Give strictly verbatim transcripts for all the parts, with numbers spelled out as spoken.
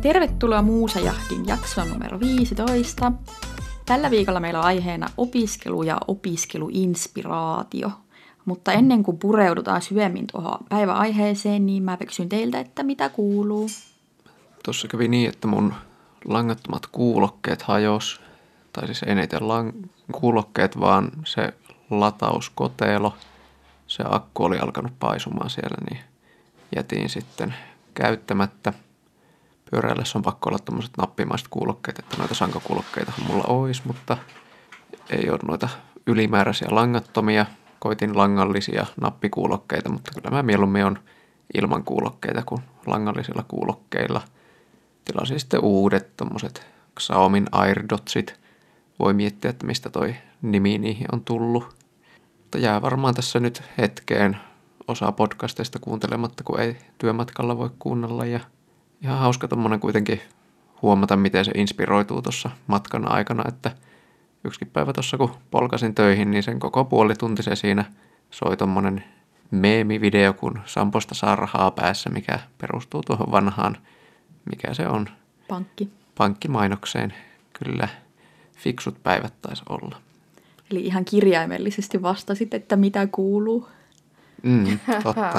Tervetuloa Muusajahdin jaksoon numero viisitoista. Tällä viikolla meillä on aiheena opiskelu ja opiskeluinspiraatio. Mutta ennen kuin pureudutaan syvemmin tuohon päiväaiheeseen, niin mä kysyn teiltä, että mitä kuuluu? Tuossa kävi niin, että mun langattomat kuulokkeet hajos. Tai siis ei niitä lang- kuulokkeet, vaan se latauskotelo. Se akku oli alkanut paisumaan siellä, niin jätin sitten käyttämättä. Pyöräillessä on pakko olla tommoset nappimaiset kuulokkeet, että noita sankakuulokkeitahan mulla olisi, mutta ei ole noita ylimääräisiä langattomia. Koitin langallisia nappikuulokkeita, mutta kyllä mä mieluummin on ilman kuulokkeita kuin langallisilla kuulokkeilla. Tilasin sitten uudet tommoset Xiaomin AirDotsit. Voi miettiä, että mistä toi nimi niihin on tullut. Mutta jää varmaan tässä nyt hetkeen osaa podcasteista kuuntelematta, kun ei työmatkalla voi kuunnella. Ja ihan hauska tommonen kuitenkin huomata, miten se inspiroituu tuossa matkan aikana, että yksikin päivä tuossa, kun polkasin töihin, niin sen koko puoli tunti se siinä soi tommonen meemivideo, kun Samposta saa rahaa päässä, mikä perustuu tuohon vanhaan, mikä se on? Pankki. Pankkimainokseen. Kyllä, fiksut päivät taisi olla. Eli ihan kirjaimellisesti vastasit, että mitä kuuluu. Mm, totta.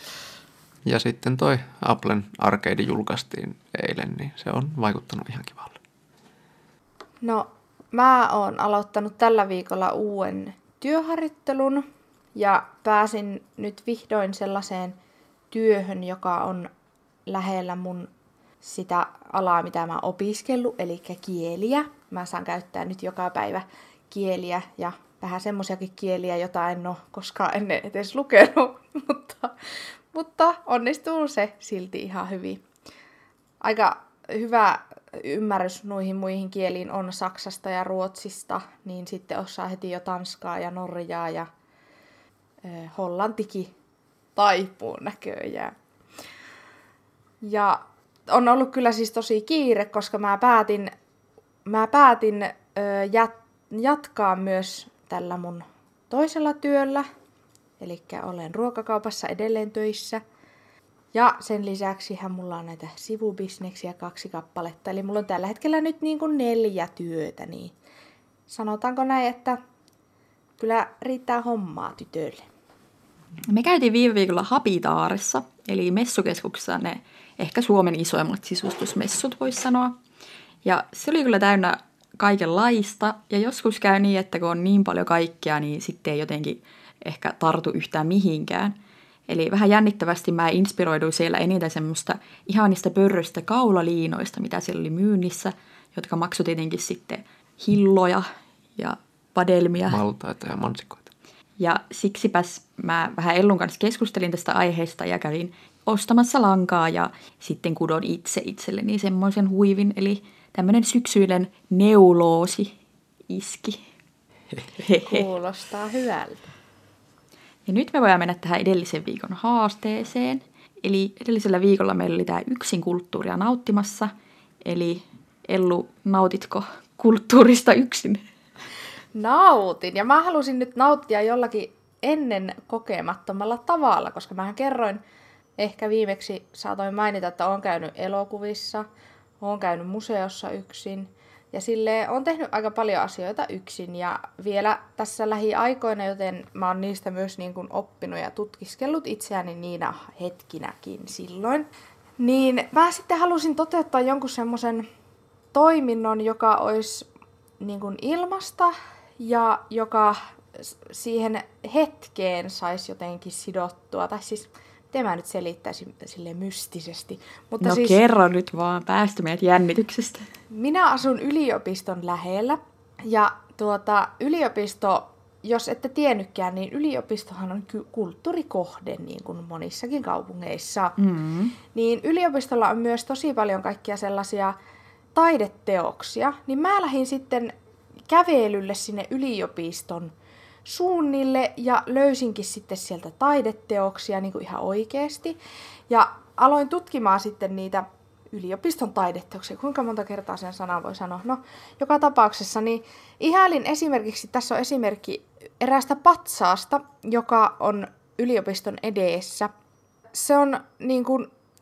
Ja sitten toi Applen Arcade julkaistiin eilen, niin se on vaikuttanut ihan kivalle. No, mä oon aloittanut tällä viikolla uuden työharjoittelun ja pääsin nyt vihdoin sellaiseen työhön, joka on lähellä mun sitä alaa, mitä mä oon opiskellut, eli kieliä. Mä saan käyttää nyt joka päivä kieliä ja vähän semmoisiakin kieliä, jota en ole koskaan ennen edes lukenut, mutta, mutta onnistuu se silti ihan hyvin. Aika hyvä ymmärrys noihin muihin kieliin on Saksasta ja Ruotsista, niin sitten osaa heti jo Tanskaa ja Norjaa ja ö, Hollantikin taipuu näköjään. Ja on ollut kyllä siis tosi kiire, koska mä päätin, mä päätin ö, jät, jatkaa myös tällä mun toisella työllä. Eli olen ruokakaupassa edelleen töissä. Ja sen lisäksihän mulla on näitä sivubisneksiä kaksi kappaletta. Eli mulla on tällä hetkellä nyt niin kuin neljä työtä. Niin sanotaanko näin, että kyllä riittää hommaa tytöille. Me käytiin viime viikolla Habitaarissa, eli messukeskuksessa ne ehkä Suomen isoimmat sisustusmessut, voisi sanoa. Ja se oli kyllä täynnä kaikenlaista. Ja joskus käy niin, että kun on niin paljon kaikkea, niin sitten ei jotenkin ehkä tartu yhtään mihinkään. Eli vähän jännittävästi mä inspiroiduin siellä eniten semmoista ihanista pörröistä kaulaliinoista, mitä siellä oli myynnissä, jotka maksoi tietenkin sitten hilloja ja vadelmia. Maltaita ja mansikoita. Ja siksipäs mä vähän Ellun kanssa keskustelin tästä aiheesta ja kävin ostamassa lankaa ja sitten kudon itse itselleni semmoisen huivin. Eli tämmöinen syksyinen neuloosi iski. Kuulostaa hyvältä. Ja nyt me voidaan mennä tähän edellisen viikon haasteeseen. Eli edellisellä viikolla meillä oli tämä yksin kulttuuria nauttimassa. Eli Ellu, nautitko kulttuurista yksin? Nautin. Ja mä halusin nyt nauttia jollakin ennen kokemattomalla tavalla, koska mähän kerroin, ehkä viimeksi saatoin mainita, että olen käynyt elokuvissa, olen käynyt museossa yksin. Ja silleen on tehnyt aika paljon asioita yksin ja vielä tässä lähiaikoina, joten mä oon niistä myös niin kuin oppinut ja tutkiskellut itseäni niinä hetkinäkin silloin. Niin mä sitten halusin toteuttaa jonkun semmoisen toiminnon, joka olisi niin kuin ilmasta ja joka siihen hetkeen saisi jotenkin sidottua. Tai siis, miten mä nyt selittäisin silleen mystisesti. Mutta no siis, kerro nyt vaan, päästy meidät jännityksestä. Minä asun yliopiston lähellä ja tuota, yliopisto, jos ette tiennytkään, niin yliopistohan on kulttuurikohde niin kuin monissakin kaupungeissa. Mm-hmm. Niin yliopistolla on myös tosi paljon kaikkia sellaisia taideteoksia. Niin mä lähdin sitten kävelylle sinne yliopiston suunnille ja löysinkin sitten sieltä taideteoksia niin kuin ihan oikeasti. Ja aloin tutkimaan sitten niitä yliopiston taideteoksia. Kuinka monta kertaa sen sanan voi sanoa? No, joka tapauksessa niin ihailin esimerkiksi, tässä on esimerkki eräästä patsaasta, joka on yliopiston edessä. Se on niin kuin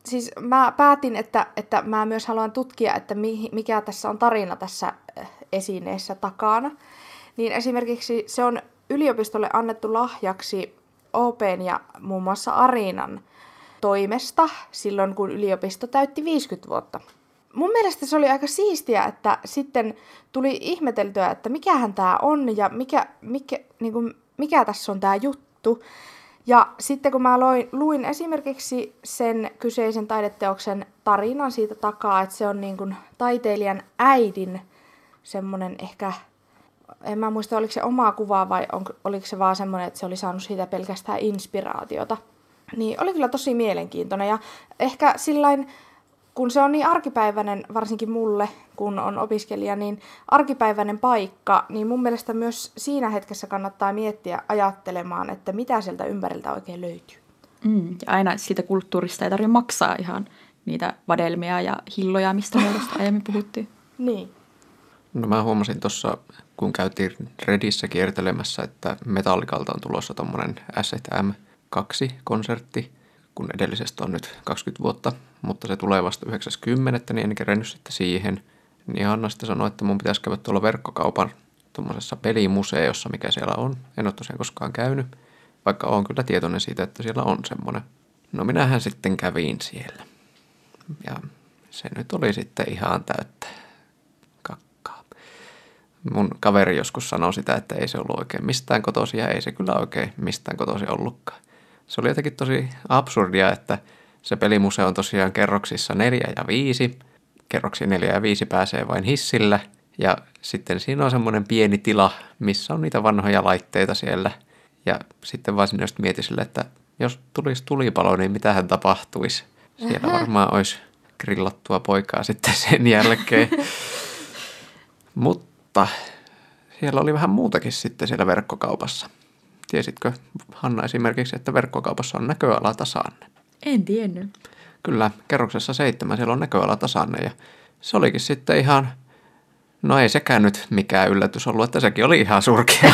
siis mä päätin, että, että mä myös haluan tutkia, että mikä tässä on tarina tässä esineessä takana. Niin esimerkiksi se on yliopistolle annettu lahjaksi Open ja muun muassa Arinan toimesta silloin, kun yliopisto täytti viisikymmentä vuotta. Mun mielestä se oli aika siistiä, että sitten tuli ihmeteltyä, että mikähän tämä on ja mikä, mikä, niin kuin, mikä tässä on tämä juttu. Ja sitten kun mä loin, luin esimerkiksi sen kyseisen taideteoksen tarinan siitä takaa, että se on niin kuin taiteilijan äidin semmoinen ehkä, en mä muista oliko se omaa kuvaa vai on, oliko se vaan semmoinen, että se oli saanut siitä pelkästään inspiraatiota. Niin oli kyllä tosi mielenkiintoinen ja ehkä sillain, kun se on niin arkipäiväinen, varsinkin mulle, kun on opiskelija, niin arkipäiväinen paikka, niin mun mielestä myös siinä hetkessä kannattaa miettiä ajattelemaan, että mitä sieltä ympäriltä oikein löytyy. Mm, ja aina siitä kulttuurista ei tarvitse maksaa ihan niitä vadelmia ja hilloja, mistä me tuosta aiemmin puhuttiin. Niin. No mä huomasin tuossa, kun käytiin Redissä kiertelemässä, että Metallicalta on tulossa tommonen S M kaksi-konsertti, kun edellisestä on nyt kaksikymmentä vuotta, mutta se tulee vasta yhdeksäs kymmenettä, niin en kerennyt sitten siihen. Niin Hanna sitten sanoi, että mun pitäisi käydä tuolla verkkokaupan tuommoisessa pelimuseossa, mikä siellä on. En ole tosiaan koskaan käynyt, vaikka olen kyllä tietoinen siitä, että siellä on semmoinen. No minähän sitten kävin siellä. Ja se nyt oli sitten ihan täyttä kakkaa. Mun kaveri joskus sanoi sitä, että ei se ollut oikein mistään kotoisin, ja ei se kyllä oikein mistään kotoisin ollutkaan. Se oli jotenkin tosi absurdia, että se pelimuseo on tosiaan kerroksissa neljä ja viisi. Kerroksiin neljä ja viisi pääsee vain hissillä. Ja sitten siinä on semmoinen pieni tila, missä on niitä vanhoja laitteita siellä. Ja sitten vaan sinne just mietin sille, että jos tulisi tulipalo, niin mitähän tapahtuisi. Siellä varmaan olisi grillattua poikaa sitten sen jälkeen. Mutta siellä oli vähän muutakin sitten siellä verkkokaupassa. Tiesitkö, Hanna, esimerkiksi, että verkkokaupassa on näköalatasanne? En tiennyt. Kyllä, kerroksessa seitsemän siellä on näköalatasanne ja se olikin sitten ihan, no ei sekään nyt mikään yllätys ollut, että sekin oli ihan surkea.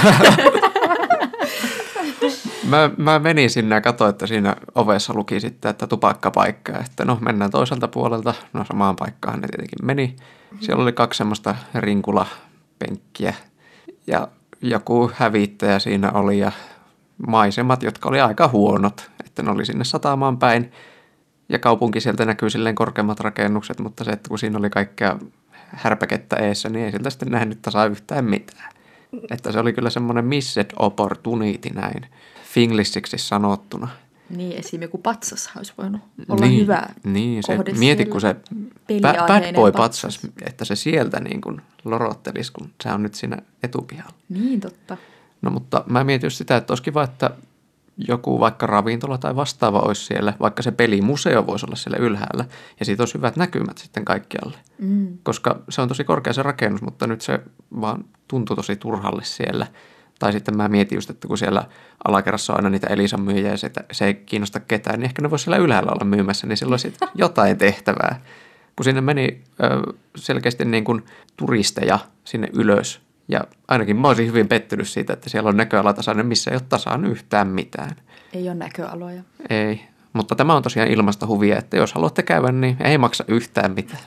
mä, mä menin sinne ja katsoin, että siinä ovessa luki sitten, että tupakkapaikka, että no mennään toiselta puolelta, no samaan paikkaan ne tietenkin meni. Siellä oli kaksi semmoista rinkulapenkkiä ja joku hävittäjä siinä oli ja maisemat, jotka oli aika huonot, että ne oli sinne satamaan päin. Ja kaupunki sieltä näkyy silleen korkeammat rakennukset, mutta se, että kun siinä oli kaikkea härpäkettä eessä, niin ei siltä sitten nähnyt tasaa yhtään mitään. Että se oli kyllä semmoinen missed opportunity näin, finglishiksi sanottuna. Niin, esim. Joku patsas olisi voinut olla niin, hyvä niin, se, kohde mieti, kun se bad boy patsas, patsas, että se sieltä niin kuin lorottelisi, kun se on nyt siinä etupihalla. Niin, totta. No mutta mä mietin just sitä, että olisi kiva, että joku vaikka ravintola tai vastaava olisi siellä, vaikka se pelimuseo voisi olla siellä ylhäällä, ja siitä olisi hyvät näkymät sitten kaikkialle. Mm. Koska se on tosi korkea se rakennus, mutta nyt se vaan tuntuu tosi turhalle siellä. Tai sitten mä mietin just, että kun siellä alakerrassa on aina niitä Elisan myyjiä ja se, se ei kiinnosta ketään, niin ehkä ne voisi siellä ylhäällä olla myymässä, niin silloin olisi jotain tehtävää. Kun sinne meni ö, selkeästi niin kuin turisteja sinne ylös, ja ainakin mä olisin hyvin pettynyt siitä, että siellä on näköalatasainen, missä ei ole tasaan yhtään mitään. Ei ole näköaloja. Ei, mutta tämä on tosiaan ilmasta huvia, että jos haluatte käydä, niin ei maksa yhtään mitään.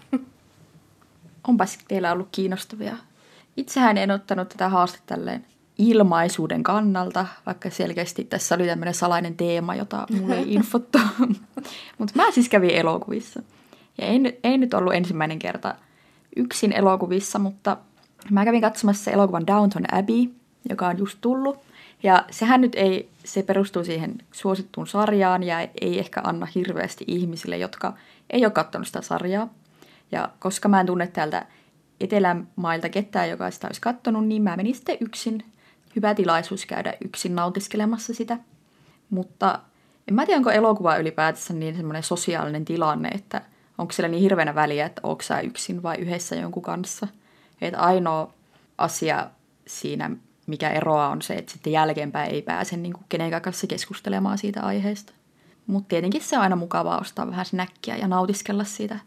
Onpas teillä ollut kiinnostavia. Itsehän en ottanut tätä haastetta tälleen ilmaisuuden kannalta, vaikka selkeästi tässä oli tämmöinen salainen teema, jota mulle ei infottu. Mutta mä siis kävin elokuvissa. Ja ei, ei nyt ollut ensimmäinen kerta yksin elokuvissa, mutta mä kävin katsomassa elokuvan Downton Abbey, joka on just tullut. Ja sehän nyt ei, se perustuu siihen suosittuun sarjaan ja ei ehkä anna hirveästi ihmisille, jotka ei ole katsonut sitä sarjaa. Ja koska mä en tunne täältä Etelämailta ketään, joka sitä olisi katsonut, niin mä menin sitten yksin. Hyvä tilaisuus käydä yksin nautiskelemassa sitä. Mutta en mä tiedä, onko elokuva ylipäätänsä niin semmoinen sosiaalinen tilanne, että onko siellä niin hirveänä väliä, että onko sä yksin vai yhdessä jonkun kanssa. Että ainoa asia siinä, mikä eroa on se, että sitten jälkeenpäin ei pääse niin kuin kenenkään kanssa keskustelemaan siitä aiheesta. Mutta tietenkin se on aina mukavaa ostaa vähän snäkkiä ja nautiskella siitä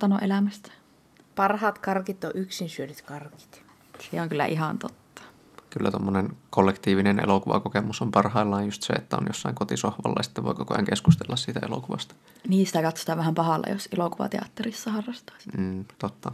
herraskartanoelämästä. Parhaat karkit on yksin syödyt karkit. Se on kyllä ihan totta. Kyllä tommonen kollektiivinen elokuvakokemus on parhaillaan just se, että on jossain kotisohvalla ja sitten voi koko ajan keskustella siitä elokuvasta. Niistä katsotaan vähän pahalla, jos elokuvateatterissa harrastaisi. Mm, totta.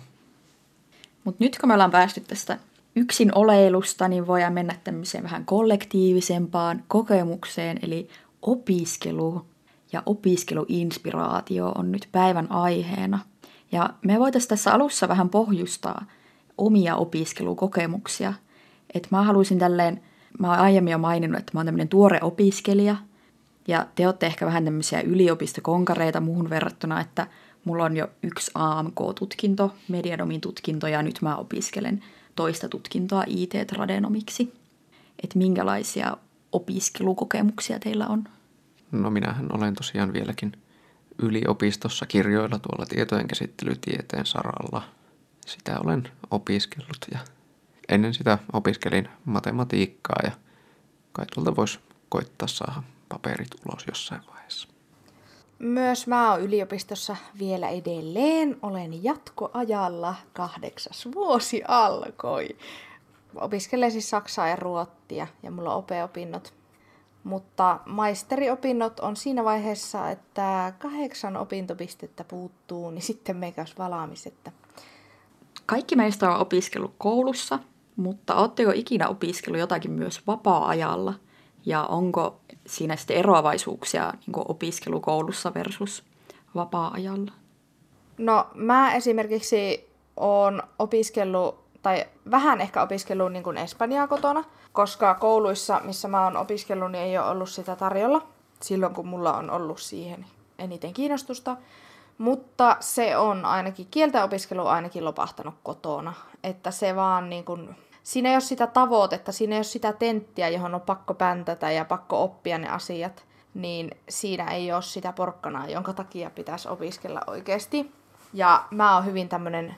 Mutta nyt kun me ollaan päästy tästä yksin oleilusta, niin voidaan mennä tämmöiseen vähän kollektiivisempaan kokemukseen, eli opiskelu ja opiskeluinspiraatio on nyt päivän aiheena. Ja me voitaisiin tässä alussa vähän pohjustaa omia opiskelukokemuksia. Et mä haluaisin tälleen, mä oon aiemmin jo maininnut, että mä oon tämmöinen tuore opiskelija, ja te olette ehkä vähän tämmöisiä yliopistokonkareita muuhun verrattuna, että mulla on jo yksi A M K-tutkinto, mediadomin tutkinto, ja nyt mä opiskelen toista tutkintoa I T-tradenomiksi. Että minkälaisia opiskelukokemuksia teillä on? No minähän olen tosiaan vieläkin yliopistossa kirjoilla tuolla tietojenkäsittelytieteen saralla. Sitä olen opiskellut ja ennen sitä opiskelin matematiikkaa ja kai tuolta voisi koittaa saada paperit ulos jossain vaiheessa. Myös mä oon yliopistossa vielä edelleen. Olen jatkoajalla. Kahdeksas vuosi alkoi. Opiskelen siis saksaa ja ruottia ja mulla on opeopinnot. Mutta maisteriopinnot on siinä vaiheessa, että kahdeksan opintopistettä puuttuu, niin sitten meikäs valaamisetta. Kaikki meistä on opiskellut koulussa, mutta ootteko ikinä opiskellut jotakin myös vapaa-ajalla? Ja onko siinä sitten eroavaisuuksia niin kuin opiskelukoulussa versus vapaa-ajalla? No mä esimerkiksi oon opiskellut, tai vähän ehkä opiskellut niin kuin espanjaa kotona, koska kouluissa, missä mä oon opiskellut, niin ei ole ollut sitä tarjolla silloin, kun mulla on ollut siihen eniten kiinnostusta. Mutta se on ainakin, kielten opiskelu ainakin lopahtanut kotona, että se vaan niin kuin, siinä ei ole sitä tavoitetta, siinä ei ole sitä tenttiä, johon on pakko päntätä ja pakko oppia ne asiat, niin siinä ei ole sitä porkkanaa, jonka takia pitäisi opiskella oikeasti. Ja mä oon hyvin tämmönen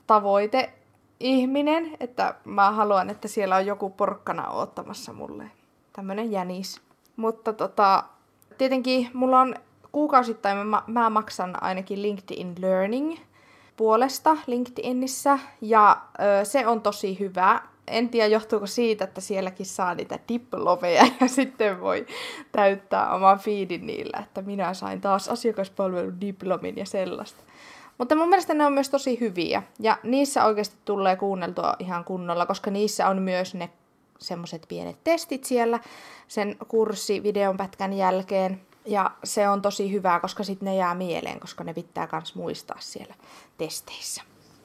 tavoiteihminen, että mä haluan, että siellä on joku porkkana oottamassa mulle. Tämmönen jänis. Mutta tota, tietenkin mulla on kuukausittain, mä, mä maksan ainakin LinkedIn Learning puolesta LinkedInissä, ja ö, se on tosi hyvä. En tiedä, johtuuko siitä, että sielläkin saa niitä diplomeja ja sitten voi täyttää oman feedin niillä, että minä sain taas asiakaspalvelun diplomin ja sellaista. Mutta mun mielestä ne on myös tosi hyviä, ja niissä oikeasti tulee kuunneltua ihan kunnolla, koska niissä on myös ne semmoiset pienet testit siellä sen kurssivideon pätkän jälkeen. Ja se on tosi hyvä, koska sitten ne jää mieleen, koska ne pitää myös muistaa siellä testeissä.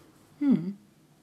Hmm.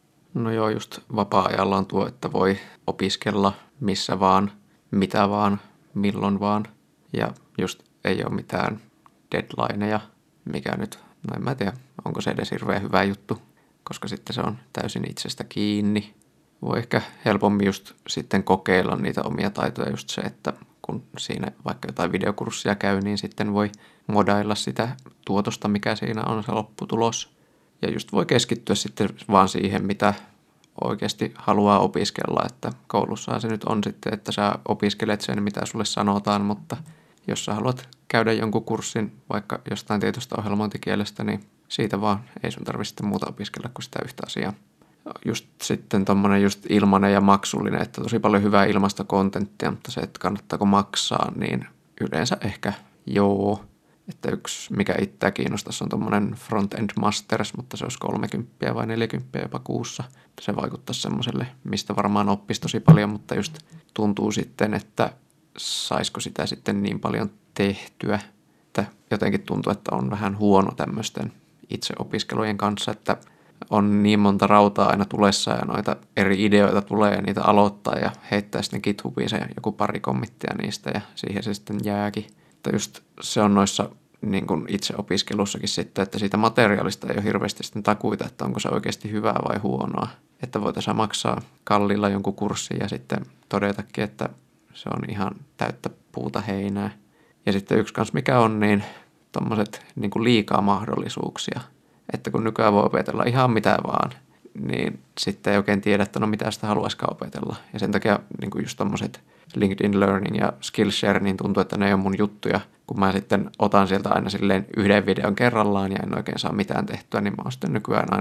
No joo, just vapaa-ajalla on tuo, että voi opiskella missä vaan, mitä vaan, milloin vaan. Ja just ei ole mitään deadlineja, mikä nyt, no en mä tiedä, onko se edes hirveän hyvä juttu, koska sitten se on täysin itsestä kiinni. Voi ehkä helpommin just sitten kokeilla niitä omia taitoja, just se, että kun siinä vaikka jotain videokurssia käy, niin sitten voi modailla sitä tuotosta, mikä siinä on se lopputulos. Ja just voi keskittyä sitten vaan siihen, mitä oikeasti haluaa opiskella, että koulussahan se nyt on sitten, että sä opiskelet sen, mitä sulle sanotaan, mutta jos sä haluat käydä jonkun kurssin vaikka jostain tietystä ohjelmointikielestä, niin siitä vaan ei sun tarvitse sitten muuta opiskella kuin sitä yhtä asiaa. Just sitten tommonen just ilmainen ja maksullinen, että tosi paljon hyvää ilmaista kontenttia, mutta se, että kannattaako maksaa, niin yleensä ehkä joo. Että yksi, mikä itseä kiinnostaisi, on tommonen Front-End Masters, mutta se olisi kolmekymmentä vai neljäkymmentä jopa kuussa. Se vaikuttaisi semmoiselle, mistä varmaan oppisi tosi paljon, mutta just tuntuu sitten, että saisiko sitä sitten niin paljon tehtyä, että jotenkin tuntuu, että on vähän huono tämmöisten itseopiskelujen kanssa, että on niin monta rautaa aina tulessa ja noita eri ideoita tulee ja niitä aloittaa ja heittää sitten GitHubiin se joku pari kommittia niistä ja siihen se sitten jääkin. Että just se on noissa niin kuin itseopiskelussakin sitten, että siitä materiaalista ei ole hirveästi sitten takuita, että onko se oikeasti hyvää vai huonoa. Että voitaisiin maksaa kallilla jonkun kurssin ja sitten todetakin, että se on ihan täyttä puuta heinää. Ja sitten yksi kanssa mikä on, niin tommoset niin kuin liikaa mahdollisuuksia. Että kun nykyään voi opetella ihan mitä vaan, niin sitten ei oikein tiedä, että no mitä sitä haluaisikaan opetella. Ja sen takia niin kuin just tommoset LinkedIn Learning ja Skillshare, niin tuntuu, että ne ei ole mun juttuja. Kun mä sitten otan sieltä aina silleen yhden videon kerrallaan ja en oikein saa mitään tehtyä, niin mä oon sitten nykyään aina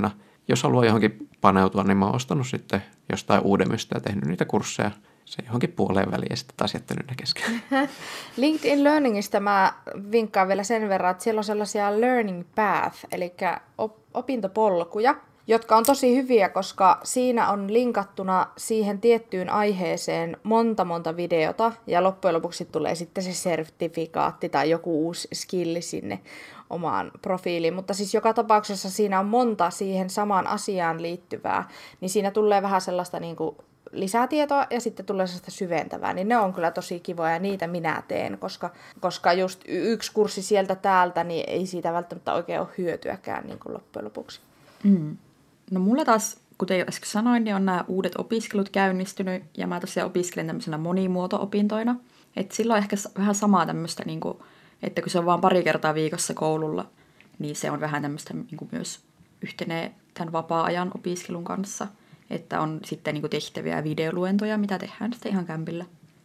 jos haluaa johonkin paneutua, niin mä oon ostanut sitten jostain uudemmista ja tehnyt niitä kursseja se johonkin puoleen väliin ja sitten taas jättänyt ne kesken. LinkedIn Learningista mä vinkkaan vielä sen verran, että siellä on sellaisia learning path, eli op- opintopolkuja, jotka on tosi hyviä, koska siinä on linkattuna siihen tiettyyn aiheeseen monta monta videota ja loppujen lopuksi tulee sitten se sertifikaatti tai joku uusi skilli sinne omaan profiiliin. Mutta siis joka tapauksessa siinä on monta siihen samaan asiaan liittyvää, niin siinä tulee vähän sellaista niin kuin lisätietoa ja sitten tulee sellaista syventävää, niin ne on kyllä tosi kivoja ja niitä minä teen, koska, koska just yksi kurssi sieltä täältä, niin ei siitä välttämättä oikein ole hyötyäkään niin kuin loppujen lopuksi. Mm. No mulla taas, kuten äsken sanoin, niin on nämä uudet opiskelut käynnistynyt ja mä tosiaan opiskelen tämmöisenä monimuoto-opintoina. Että silloin ehkä vähän samaa tämmöistä, niin kuin, että kun se on vaan pari kertaa viikossa koululla, niin se on vähän tämmöistä niin kuin myös yhtenee tämän vapaa-ajan opiskelun kanssa. Että on sitten niin kuin tehtäviä ja videoluentoja, mitä tehdään sitten ihan kämpillä.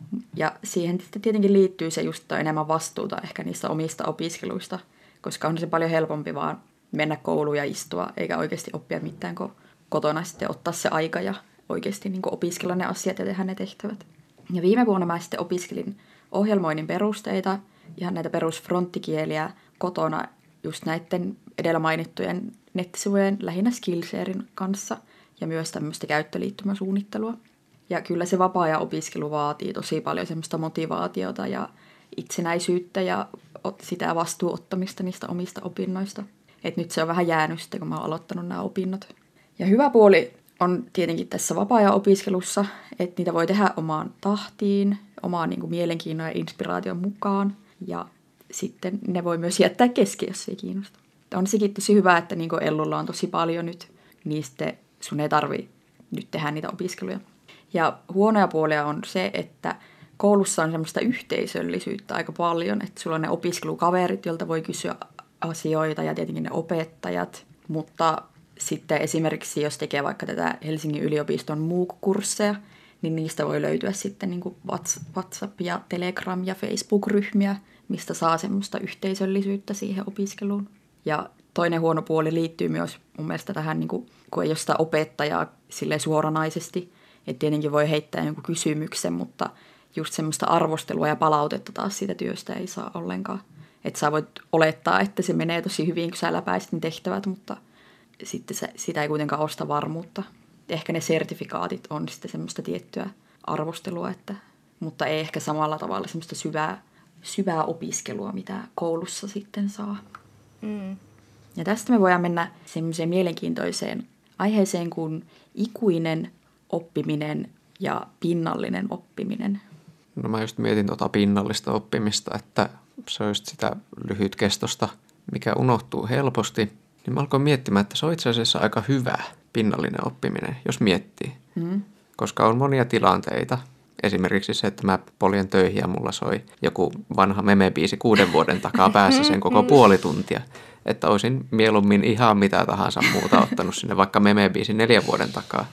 Ja siihen sitten tietenkin liittyy se just enemmän vastuuta ehkä niistä omista opiskeluista, koska on se paljon helpompi vaan mennä kouluun ja istua, eikä oikeasti oppia mitään, kun kotona sitten ottaa se aika ja oikeasti niin kuin opiskella ne asiat ja tehdä ne tehtävät. Ja viime vuonna mä sitten opiskelin ohjelmoinnin perusteita, ihan näitä perusfronttikieliä kotona just näiden edellä mainittujen nettisivujen, lähinnä Skillsharen kanssa, ja myös tämmöistä käyttöliittymäsuunnittelua. Ja kyllä se vapaa-ajan opiskelu vaatii tosi paljon semmoista motivaatiota ja itsenäisyyttä ja sitä vastuuottamista niistä omista opinnoista. Et nyt se on vähän jäänyt sitten, kun mä oon aloittanut nämä opinnot. Ja hyvä puoli on tietenkin tässä vapaa-ajan opiskelussa, että niitä voi tehdä omaan tahtiin, omaan niin kuin mielenkiinnon ja inspiraation mukaan. Ja sitten ne voi myös jättää kesken, jos ei kiinnosta. On sekin tosi hyvä, että niin kuin Ellulla on tosi paljon nyt, niin sitten sun ei tarvi nyt tehdä niitä opiskeluja. Ja huonoja puolia on se, että koulussa on semmoista yhteisöllisyyttä aika paljon, että sulla on ne opiskelukaverit, joilta voi kysyä asioita ja tietenkin ne opettajat, mutta sitten esimerkiksi jos tekee vaikka tätä Helsingin yliopiston MOOC-kursseja, niin niistä voi löytyä sitten niin kuin WhatsApp ja Telegram ja Facebook-ryhmiä, mistä saa semmoista yhteisöllisyyttä siihen opiskeluun. Ja toinen huono puoli liittyy myös mun mielestä tähän, niin kuin, kun ei ole sitä opettajaa silleen suoranaisesti, että tietenkin voi heittää jonkun kysymyksen, mutta just semmoista arvostelua ja palautetta taas siitä työstä ei saa ollenkaan. Että sä voit olettaa, että se menee tosi hyvin, kun sä läpäisit ne tehtävät, mutta sitten se, sitä ei kuitenkaan osta varmuutta. Ehkä ne sertifikaatit on sitten semmoista tiettyä arvostelua, että, mutta ei ehkä samalla tavalla semmoista syvää, syvää opiskelua, mitä koulussa sitten saa. Mm. Ja tästä me voidaan mennä semmoiseen mielenkiintoiseen aiheeseen kuin ikuinen oppiminen ja pinnallinen oppiminen. No mä just mietin tuota pinnallista oppimista, että se on just sitä lyhytkestosta, mikä unohtuu helposti. Niin mä alkoin miettimään, että se on itse asiassa aika hyvä pinnallinen oppiminen, jos miettii. Mm. Koska on monia tilanteita. Esimerkiksi se, että mä poljen töihin ja mulla soi joku vanha meme-biisi kuuden vuoden takaa päässä sen koko puoli tuntia. Että olisin mieluummin ihan mitä tahansa muuta ottanut sinne vaikka meme-biisi neljän vuoden takaa.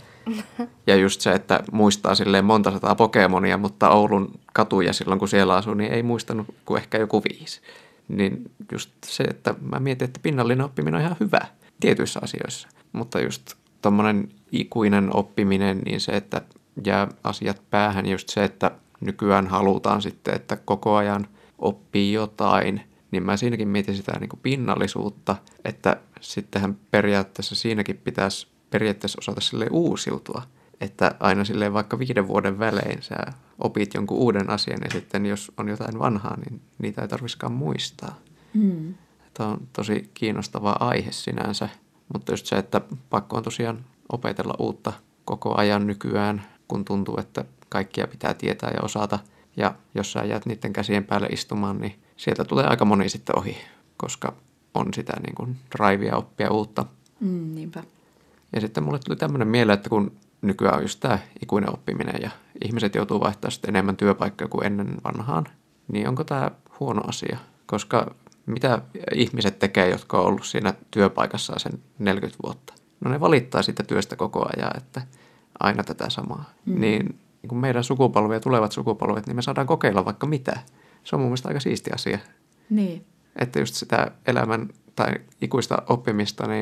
Ja just se, että muistaa silleen monta sataa Pokemonia, mutta Oulun katuja silloin kun siellä asuu, niin ei muistanut kuin ehkä joku viisi. Niin just se, että mä mietin, että pinnallinen oppiminen on ihan hyvä tietyissä asioissa. Mutta just tommonen ikuinen oppiminen, niin se, että jää asiat päähän, just se, että nykyään halutaan sitten, että koko ajan oppii jotain, niin mä siinäkin mietin sitä niin kuin pinnallisuutta, että sittenhän periaatteessa siinäkin pitäisi periaatteessa osata silleen uusiutua. Että aina silleen vaikka viiden vuoden välein sä opit jonkun uuden asian ja sitten jos on jotain vanhaa, niin niitä ei tarvitsisikaan muistaa. Mm. Tämä on tosi kiinnostava aihe sinänsä, mutta just se, että pakko on tosiaan opetella uutta koko ajan nykyään, kun tuntuu, että kaikkia pitää tietää ja osata. Ja jos sä jäät niiden käsien päälle istumaan, niin sieltä tulee aika moni sitten ohi, koska on sitä niin kuin drivea oppia uutta. Mm, niinpä. Ja sitten mulle tuli tämmöinen mieleen, että kun nykyään on just tämä ikuinen oppiminen ja ihmiset joutuu vaihtamaan sitten enemmän työpaikkoja kuin ennen vanhaan, niin onko tämä huono asia? Koska mitä ihmiset tekee, jotka on ollut siinä työpaikassa sen neljäkymmentä vuotta? No ne valittaa siitä työstä koko ajan, että aina tätä samaa. Mm. Niin kun meidän sukupolvi ja tulevat sukupolvet, niin me saadaan kokeilla vaikka mitä. Se on mun mielestä aika siisti asia. Niin. Että just sitä elämän tai ikuista oppimista, niin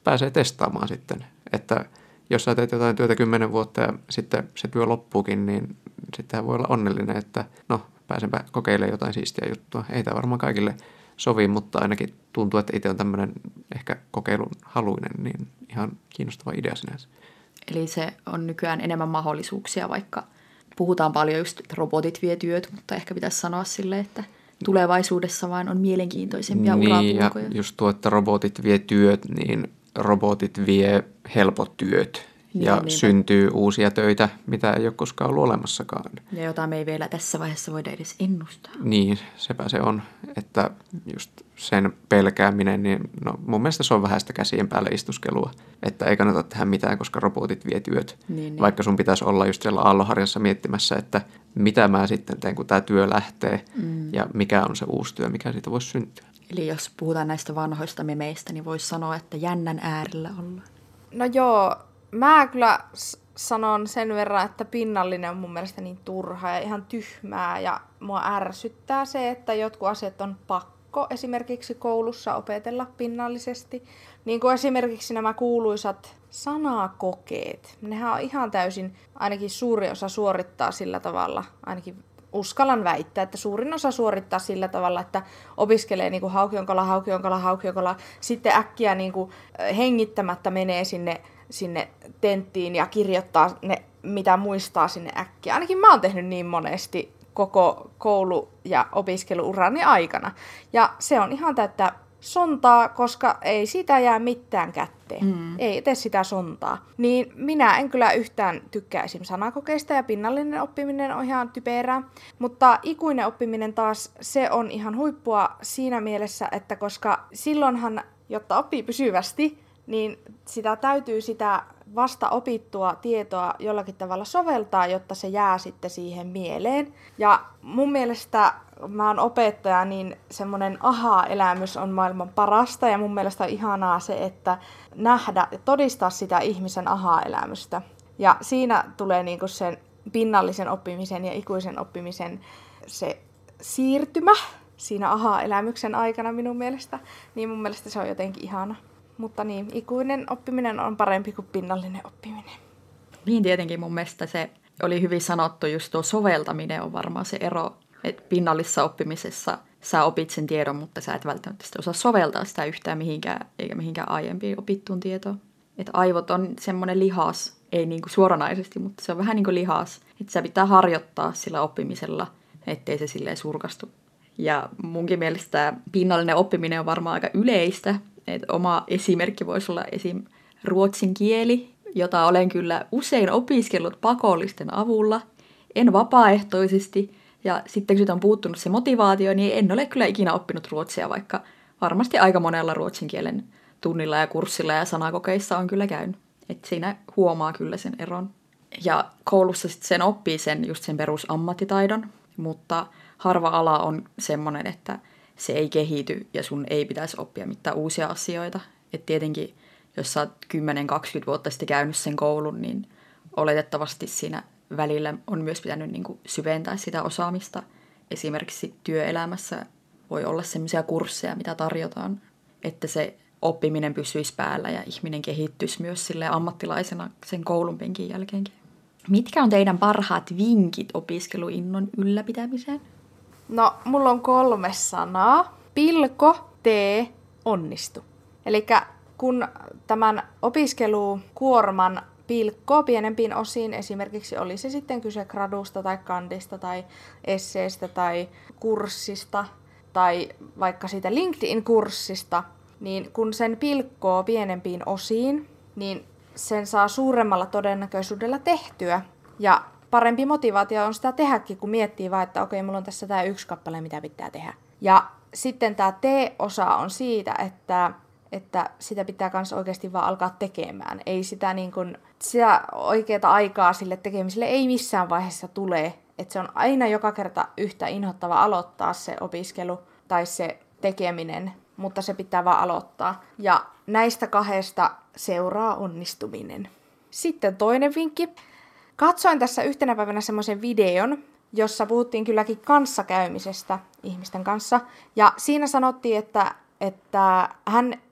pääsee testaamaan sitten. Että jos sä teet jotain työtä kymmenen vuotta ja sitten se työ loppuukin, niin sittenhän voi olla onnellinen, että no pääsenpä kokeilemaan jotain siistiä juttua. Ei tämä varmaan kaikille sovi, mutta ainakin tuntuu, että itse on tämmöinen ehkä kokeilun haluinen, niin ihan kiinnostava idea sinänsä. Eli se on nykyään enemmän mahdollisuuksia, vaikka puhutaan paljon just, että robotit vie työt, mutta ehkä pitäisi sanoa silleen, että tulevaisuudessa vaan on mielenkiintoisempia niin, urapolkuja. Ja just tuo, että robotit vie työt, niin robotit vie helpot työt. Niin, ja niin, syntyy uusia töitä, mitä ei ole koskaan ollut olemassakaan. Ja jota me ei vielä tässä vaiheessa voida edes ennustaa. Niin, sepä se on, että just sen pelkääminen, niin no mun mielestä se on vähän sitä käsien päälle istuskelua, että ei kannata tehdä mitään, koska robotit vie työt. Niin, niin. Vaikka sun pitäisi olla just siellä aallonharjassa miettimässä, että mitä mä sitten teen, kun tämä työ lähtee mm. ja mikä on se uusi työ, mikä siitä voisi syntyä. Eli jos puhutaan näistä vanhoista memeistä, niin voisi sanoa, että jännän äärellä ollaan. No joo, mä kyllä sanon sen verran, että pinnallinen on mun mielestä niin turha ja ihan tyhmää. Ja mua ärsyttää se, että jotkut asiat on pakko esimerkiksi koulussa opetella pinnallisesti. Niin kuin esimerkiksi nämä kuuluisat sanakokeet. Nehän on ihan täysin, ainakin suuri osa suorittaa sillä tavalla, ainakin uskallan väittää, että suurin osa suorittaa sillä tavalla, että opiskelee niin kuin haukionkala, haukionkala, haukionkala, sitten äkkiä niin kuin hengittämättä menee sinne, sinne tenttiin ja kirjoittaa ne, mitä muistaa sinne äkkiä. Ainakin mä oon tehnyt niin monesti koko koulu- ja opiskeluurani aikana. Ja se on ihan täyttä sontaa, koska ei sitä jää mitään kätteen. Mm. Ei tee sitä sontaa. Niin minä en kyllä yhtään tykkää esim. Sanakokeista ja pinnallinen oppiminen on ihan typerää. Mutta ikuinen oppiminen taas, se on ihan huippua siinä mielessä, että koska silloinhan, jotta oppii pysyvästi, niin sitä täytyy sitä vasta opittua tietoa jollakin tavalla soveltaa, jotta se jää sitten siihen mieleen. Ja mun mielestä, mä oon opettaja, niin semmoinen aha-elämys on maailman parasta. Ja mun mielestä on ihanaa se, että nähdä ja todistaa sitä ihmisen aha-elämystä. Ja siinä tulee niinku sen pinnallisen oppimisen ja ikuisen oppimisen se siirtymä siinä aha-elämyksen aikana minun mielestä. Niin mun mielestä se on jotenkin ihana. Mutta niin, ikuinen oppiminen on parempi kuin pinnallinen oppiminen. Niin tietenkin mun mielestä se oli hyvin sanottu, just tuo soveltaminen on varmaan se ero, että pinnallisessa oppimisessa sä opit sen tiedon, mutta sä et välttämättä osaa soveltaa sitä yhtään mihinkään, eikä mihinkään aiempiin opittuun tietoon. Että aivot on semmoinen lihas, ei niinku suoranaisesti, mutta se on vähän niin kuin lihas, että sä pitää harjoittaa sillä oppimisella, ettei se silleen surkastu. Ja munkin mielestä pinnallinen oppiminen on varmaan aika yleistä. Et oma esimerkki voisi olla esim. Ruotsin kieli, jota olen kyllä usein opiskellut pakollisten avulla, en vapaaehtoisesti. Ja sitten kun on puuttunut se motivaatio, niin en ole kyllä ikinä oppinut ruotsia, vaikka varmasti aika monella ruotsin kielen tunnilla ja kurssilla ja sanakokeissa on kyllä käynyt. Et siinä huomaa kyllä sen eron. Ja koulussa sitten sen oppii sen, just sen perusammattitaidon, mutta harva ala on semmoinen, että se ei kehity ja sun ei pitäisi oppia mitään uusia asioita. Et tietenkin, jos sä oot kymmenen kaksikymmentä vuotta sitten käynyt sen koulun, niin oletettavasti siinä välillä on myös pitänyt niin kuin syventää sitä osaamista. Esimerkiksi työelämässä voi olla sellaisia kursseja, mitä tarjotaan, että se oppiminen pysyisi päällä ja ihminen kehittyisi myös sille ammattilaisena sen koulun penkin jälkeenkin. Mitkä on teidän parhaat vinkit opiskeluinnon ylläpitämiseen? No, mulla on kolme sanaa. Pilko, tee, onnistu. Elikkä kun tämän opiskelukuorman pilkkoo pienempiin osiin, esimerkiksi oli se sitten kyse gradusta tai kandista tai esseestä tai kurssista tai vaikka siitä LinkedIn-kurssista, niin kun sen pilkkoo pienempiin osiin, niin sen saa suuremmalla todennäköisyydellä tehtyä. Ja parempi motivaatio on sitä tehdäkin, kun miettii vaan, että okei, mulla on tässä tämä yksi kappale, mitä pitää tehdä. Ja sitten tämä T-osa on siitä, että, että sitä pitää myös oikeasti vaan alkaa tekemään. Ei sitä, niin kuin, sitä oikeaa aikaa sille tekemiselle ei missään vaiheessa tule. Että se on aina joka kerta yhtä inhottava aloittaa se opiskelu tai se tekeminen, mutta se pitää vaan aloittaa. Ja näistä kahdesta seuraa onnistuminen. Sitten toinen vinkki. Katsoin tässä yhtenä päivänä semmoisen videon, jossa puhuttiin kylläkin kanssakäymisestä ihmisten kanssa. Ja siinä sanottiin, että, että hän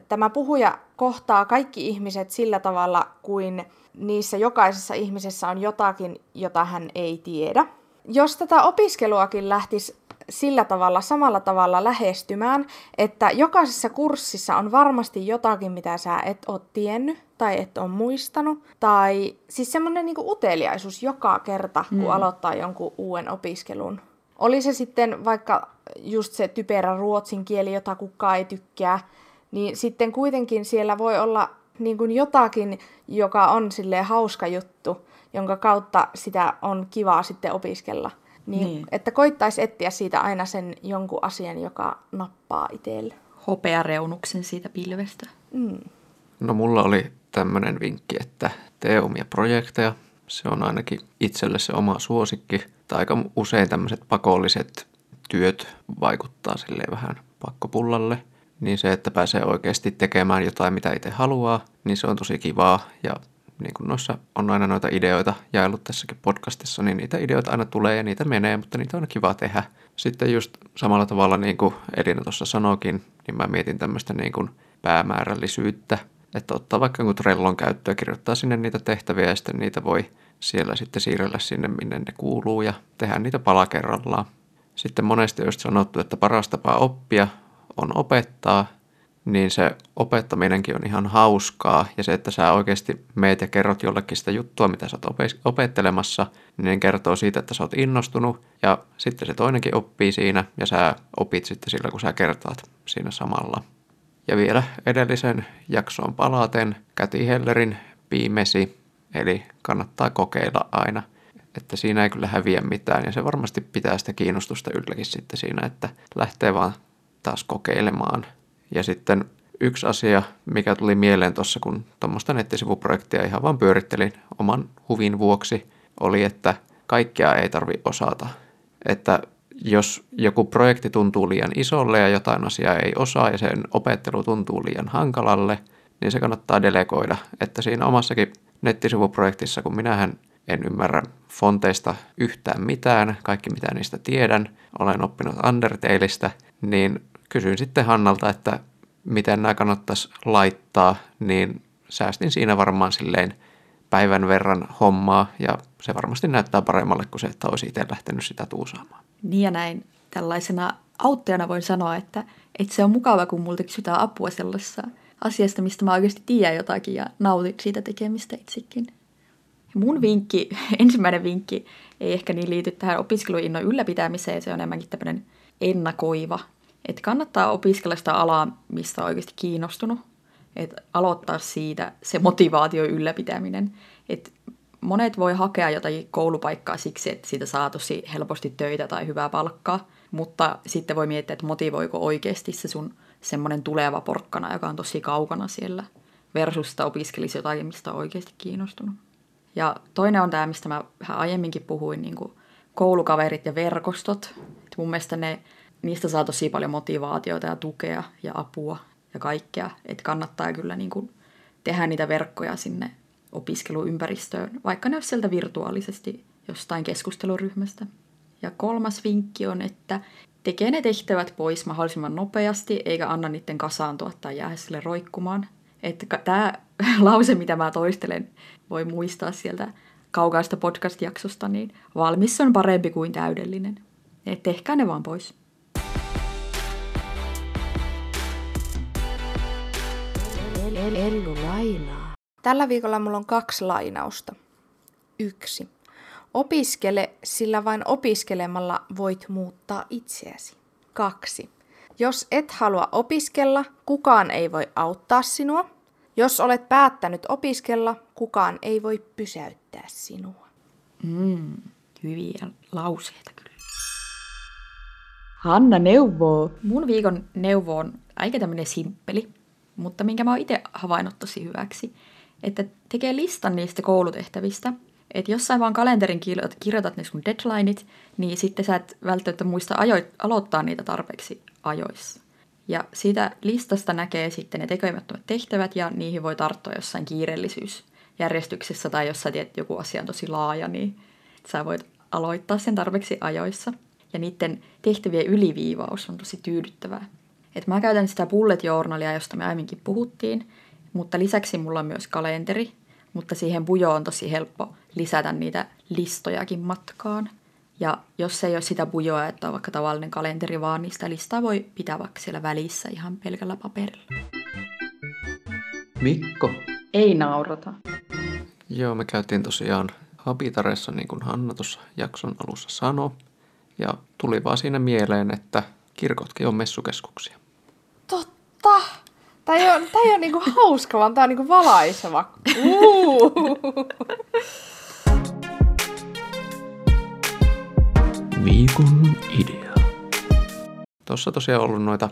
tämä puhuja kohtaa kaikki ihmiset sillä tavalla, kuin niissä jokaisessa ihmisessä on jotakin, jota hän ei tiedä. Jos tätä opiskeluakin lähtisi sillä tavalla, samalla tavalla lähestymään, että jokaisessa kurssissa on varmasti jotakin, mitä sä et ole tiennyt tai et ole muistanut. Tai siis semmoinen niinku uteliaisuus joka kerta, kun mm. aloittaa jonkun uuden opiskelun. Oli se sitten vaikka just se typerä ruotsin kieli, jota kukaan ei tykkää, niin sitten kuitenkin siellä voi olla niin kuin jotakin, joka on silleen hauska juttu, jonka kautta sitä on kivaa sitten opiskella. Niin, niin. Että koittaisi etsiä siitä aina sen jonkun asian, joka nappaa itselle. Hopeareunuksen siitä pilvestä. Mm. No mulla oli tämmöinen vinkki, että tee omia projekteja. Se on ainakin itselle se oma suosikki. Tai aika usein tämmöiset pakolliset työt vaikuttaa silleen vähän pakkopullalle. Niin se, että pääsee oikeasti tekemään jotain, mitä itse haluaa, niin se on tosi kivaa. Ja niin kuin noissa on aina noita ideoita jaellut tässäkin podcastissa, niin niitä ideoita aina tulee ja niitä menee, mutta niitä on kiva tehdä. Sitten just samalla tavalla, niin kuin Elina tuossa sanoikin, niin mä mietin tämmöistä niin kuin päämäärällisyyttä, että ottaa vaikka jonkun Trellon käyttöön, kirjoittaa sinne niitä tehtäviä ja sitten niitä voi siellä sitten siirrellä sinne, minne ne kuuluu ja tehdä niitä pala kerrallaan. Sitten monesti on just sanottu, että paras tapa oppia on opettaa, niin se opettaminenkin on ihan hauskaa. Ja se, että sä oikeasti meet ja kerrot jollekin sitä juttua, mitä sä oot opettelemassa, niin kertoo siitä, että sä oot innostunut. Ja sitten se toinenkin oppii siinä ja sä opit sitten sillä, kun sä kertaat siinä samalla. Ja vielä edellisen jaksoon palaten Käti Hellerin Piimesi, eli kannattaa kokeilla aina. Että siinä ei kyllä häviä mitään ja se varmasti pitää sitä kiinnostusta ylläkin sitten siinä, että lähtee vaan taas kokeilemaan. Ja sitten yksi asia, mikä tuli mieleen tuossa, kun tuommoista nettisivuprojektia ihan vaan pyörittelin oman huvin vuoksi, oli, että kaikkea ei tarvitse osata. Että jos joku projekti tuntuu liian isolle ja jotain asiaa ei osaa ja sen opettelu tuntuu liian hankalalle, niin se kannattaa delegoida. Että siinä omassakin nettisivuprojektissa, kun minähän en ymmärrä fonteista yhtään mitään, kaikki mitä niistä tiedän, olen oppinut Undertaleista, niin kysyin sitten Hannalta, että miten nämä kannattaisi laittaa, niin säästin siinä varmaan silleen päivän verran hommaa ja se varmasti näyttää paremmalle kuin se, että olisi itse lähtenyt sitä tuusaamaan. Niin ja näin tällaisena auttajana voin sanoa, että, että se on mukava, kun multa kysytään apua sellaisessa asiasta, mistä mä oikeasti tiedän jotakin ja nautin siitä tekemistä itsekin. Mun vinkki, ensimmäinen vinkki, ei ehkä niin liity tähän opiskeluinnon ylläpitämiseen, se on enemmänkin tämmöinen ennakoiva. Että kannattaa opiskella sitä alaa, mistä on oikeasti kiinnostunut. Että aloittaa siitä se motivaatio ylläpitäminen. Että monet voi hakea jotakin koulupaikkaa siksi, että siitä saa tosi helposti töitä tai hyvää palkkaa. Mutta sitten voi miettiä, että motivoiko oikeasti se sun semmoinen tuleva porkkana, joka on tosi kaukana siellä. Versus sitä opiskelisi jotakin, mistä on oikeasti kiinnostunut. Ja toinen on tämä, mistä mä vähän aiemminkin puhuin, niin kuin koulukaverit ja verkostot. Et mun mielestä ne, niistä saa tosi paljon motivaatiota ja tukea ja apua ja kaikkea. Että kannattaa kyllä niin kuin tehdä niitä verkkoja sinne opiskeluympäristöön, vaikka ne olisi sieltä virtuaalisesti jostain keskusteluryhmästä. Ja kolmas vinkki on, että tekee ne tehtävät pois mahdollisimman nopeasti, eikä anna niiden kasaantua tai jäädä sille roikkumaan. Että tämä lause, mitä mä toistelen, voi muistaa sieltä kaukaista podcast-jaksosta, niin valmis on parempi kuin täydellinen. Et tehkää ne vaan pois. Ellu lainaa. Tällä viikolla mulla on kaksi lainausta. Yksi. Opiskele, sillä vain opiskelemalla voit muuttaa itseäsi. Kaksi. Jos et halua opiskella, kukaan ei voi auttaa sinua. Jos olet päättänyt opiskella, kukaan ei voi pysäyttää sinua. Mm, hyviä lauseita kyllä. Hanna neuvoo. Mun viikon neuvo on aika tämmönen simppeli, mutta minkä mä oon itse havainnut tosi hyväksi. Että tekee listan niistä koulutehtävistä. Että jossain vaan kalenterin kirjoitat ne sun deadlineit, niin sitten sä et välttämättä muista ajo- aloittaa niitä tarpeeksi ajoissa. Ja siitä listasta näkee sitten ne tekemättömät tehtävät ja niihin voi tarttua jossain kiireellisyysjärjestyksessä tai jos sä tiedät, että joku asia on tosi laaja, niin sä voit aloittaa sen tarpeeksi ajoissa. Ja niiden tehtävien yliviivaus on tosi tyydyttävää. Et mä käytän sitä bullet journalia, josta me aiemminkin puhuttiin, mutta lisäksi mulla on myös kalenteri, mutta siihen bujoon on tosi helppo lisätä niitä listojakin matkaan. Ja jos ei ole sitä bujoa, että on vaikka tavallinen kalenteri vaan, niin sitä listaa voi pitää vaikka siellä välissä ihan pelkällä paperilla. Mikko. Ei naurata. Joo, me käytiin tosiaan Habitaressa, niin kuin Hanna tuossa jakson alussa sanoi. Ja tuli vaan siinä mieleen, että kirkotkin on messukeskuksia. Totta! Tää ei ole, tää ei ole niinku hauska, vaan tää on niinku valaiseva. Uh. Viikon idea. Tuossa tosiaan ollut noita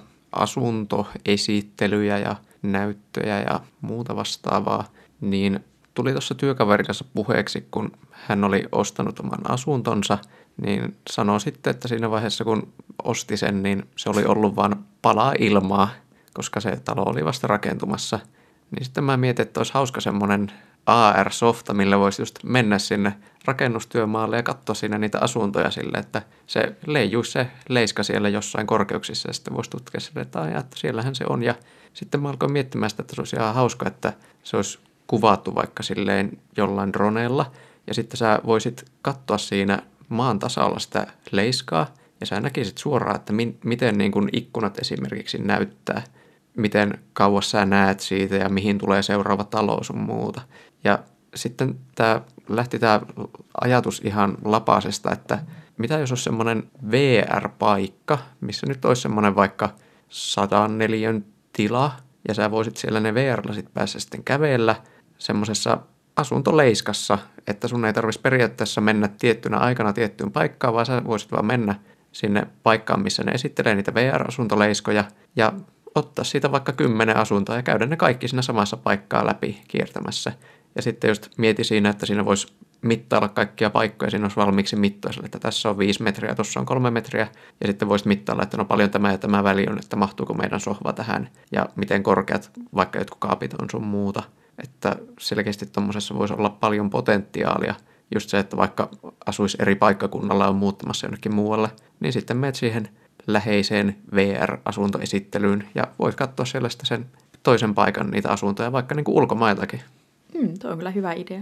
asuntoesittelyjä ja näyttöjä ja muuta vastaavaa, niin tuli tuossa työkaverin kanssa puheeksi, kun hän oli ostanut oman asuntonsa, niin sanoi sitten, että siinä vaiheessa kun osti sen, niin se oli ollut vain palaa ilmaa, koska se talo oli vasta rakentumassa. Niin sitten mä mietin, että olisi hauska semmoinen A R-softa, millä voisi just mennä sinne rakennustyömaalle ja katsoa siinä niitä asuntoja sille, että se leijuisi se leiska siellä jossain korkeuksissa ja sitten voisi tutkia sille, että, aja, että siellähän se on. Ja sitten mä alkoin miettimään sitä, että se olisi ihan hauska, että se olisi kuvattu vaikka silleen jollain droneella ja sitten sä voisit katsoa siinä maan tasalla sitä leiskaa ja sä näkisit suoraan, että mi- miten niin kuin ikkunat esimerkiksi näyttää, miten kauas sä näet siitä ja mihin tulee seuraava talo sun muuta. Ja sitten tää, lähti tämä ajatus ihan lapasesta, että mitä jos olisi semmoinen V R-paikka, missä nyt olisi semmoinen vaikka sadan neliön tila ja sä voisit siellä ne V R-lasit päässä sitten kävellä semmoisessa asuntoleiskassa, että sun ei tarvitsisi periaatteessa mennä tiettynä aikana tiettyyn paikkaan, vaan sä voisit vaan mennä sinne paikkaan, missä ne esittelee niitä V R-asuntoleiskoja ja ottaa siitä vaikka kymmenen asuntoa ja käydä ne kaikki siinä samassa paikkaa läpi kiertämässä. Ja sitten just mieti siinä, että siinä voisi mittailla kaikkia paikkoja, siinä olisi valmiiksi mittaisella, että tässä on viisi metriä, tuossa on kolme metriä, ja sitten voisi mittailla, että no paljon tämä ja tämä väli on, että mahtuuko meidän sohva tähän, ja miten korkeat vaikka jotkut kaapit on sun muuta. Että selkeästi tuommoisessa voisi olla paljon potentiaalia, just se, että vaikka asuisi eri paikkakunnalla ja on muuttamassa jonnekin muualle, niin sitten menet siihen läheiseen V R-asuntoesittelyyn ja voit katsoa siellä sen toisen paikan niitä asuntoja, vaikka niin kuin ulkomailtakin. Hmm, tuo on kyllä hyvä idea.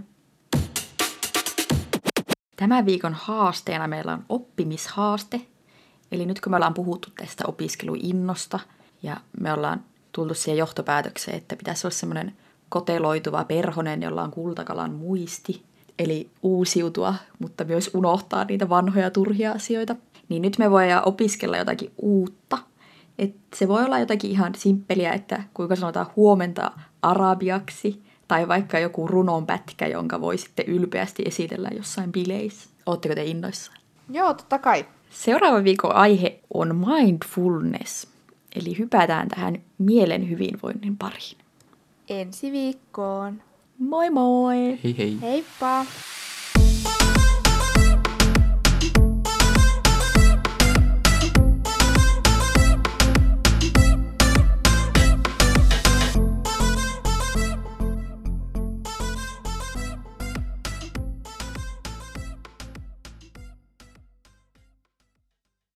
Tämän viikon haasteena meillä on oppimishaaste. Eli nyt kun me ollaan puhuttu tästä opiskeluinnosta ja me ollaan tultu siihen johtopäätökseen, että pitäisi olla semmoinen koteloituva perhonen, jolla on kultakalan muisti. Eli uusiutua, mutta myös unohtaa niitä vanhoja turhia asioita. Niin nyt me voidaan opiskella jotakin uutta. Et se voi olla jotakin ihan simppeliä, että kuinka sanotaan huomenta arabiaksi, tai vaikka joku runonpätkä, jonka voi sitten ylpeästi esitellä jossain bileissä. Ootteko te innoissaan? Joo, totta kai. Seuraava viikon aihe on mindfulness, eli hypätään tähän mielen hyvinvoinnin pariin. Ensi viikkoon. Moi moi! Hei hei! Heippa!